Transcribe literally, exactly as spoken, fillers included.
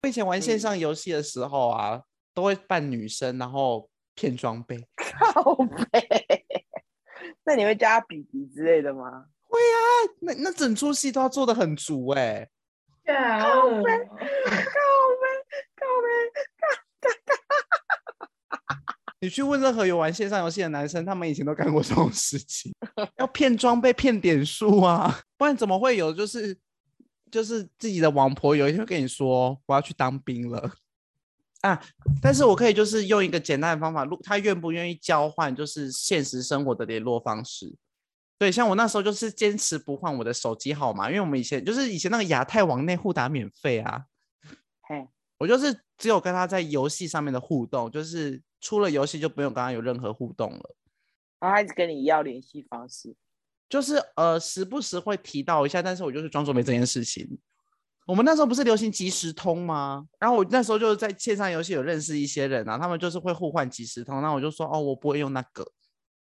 我以前玩线上游戏的时候啊，嗯、都会扮女生，然后骗装备。 靠北，那你会加比比之类的吗？ 会啊，那那整出戏都要做得很足哎、欸。 靠北，靠北，靠北， 你去问任何有玩线上游戏的男生，他们以前都干过这种事情，要骗装备、骗点数啊，不然怎么会有就是就是自己的王婆有一天会跟你说我要去当兵了啊？但是我可以就是用一个简单的方法，他愿不愿意交换就是现实生活的联络方式？对，像我那时候就是坚持不换我的手机号码，因为我们以前就是以前那个亚太网内互打免费啊，我就是只有跟他在游戏上面的互动，就是出了游戏就不用跟他有任何互动了。 然后他一直跟你要联系方式， 就是呃时不时会提到一下，但是我就是装作没这件事情。我们那时候不是流行即时通吗？然后我那时候就是在线上游戏有认识一些人啊，他们就是会互换即时通，那我就说哦，我不会用那个，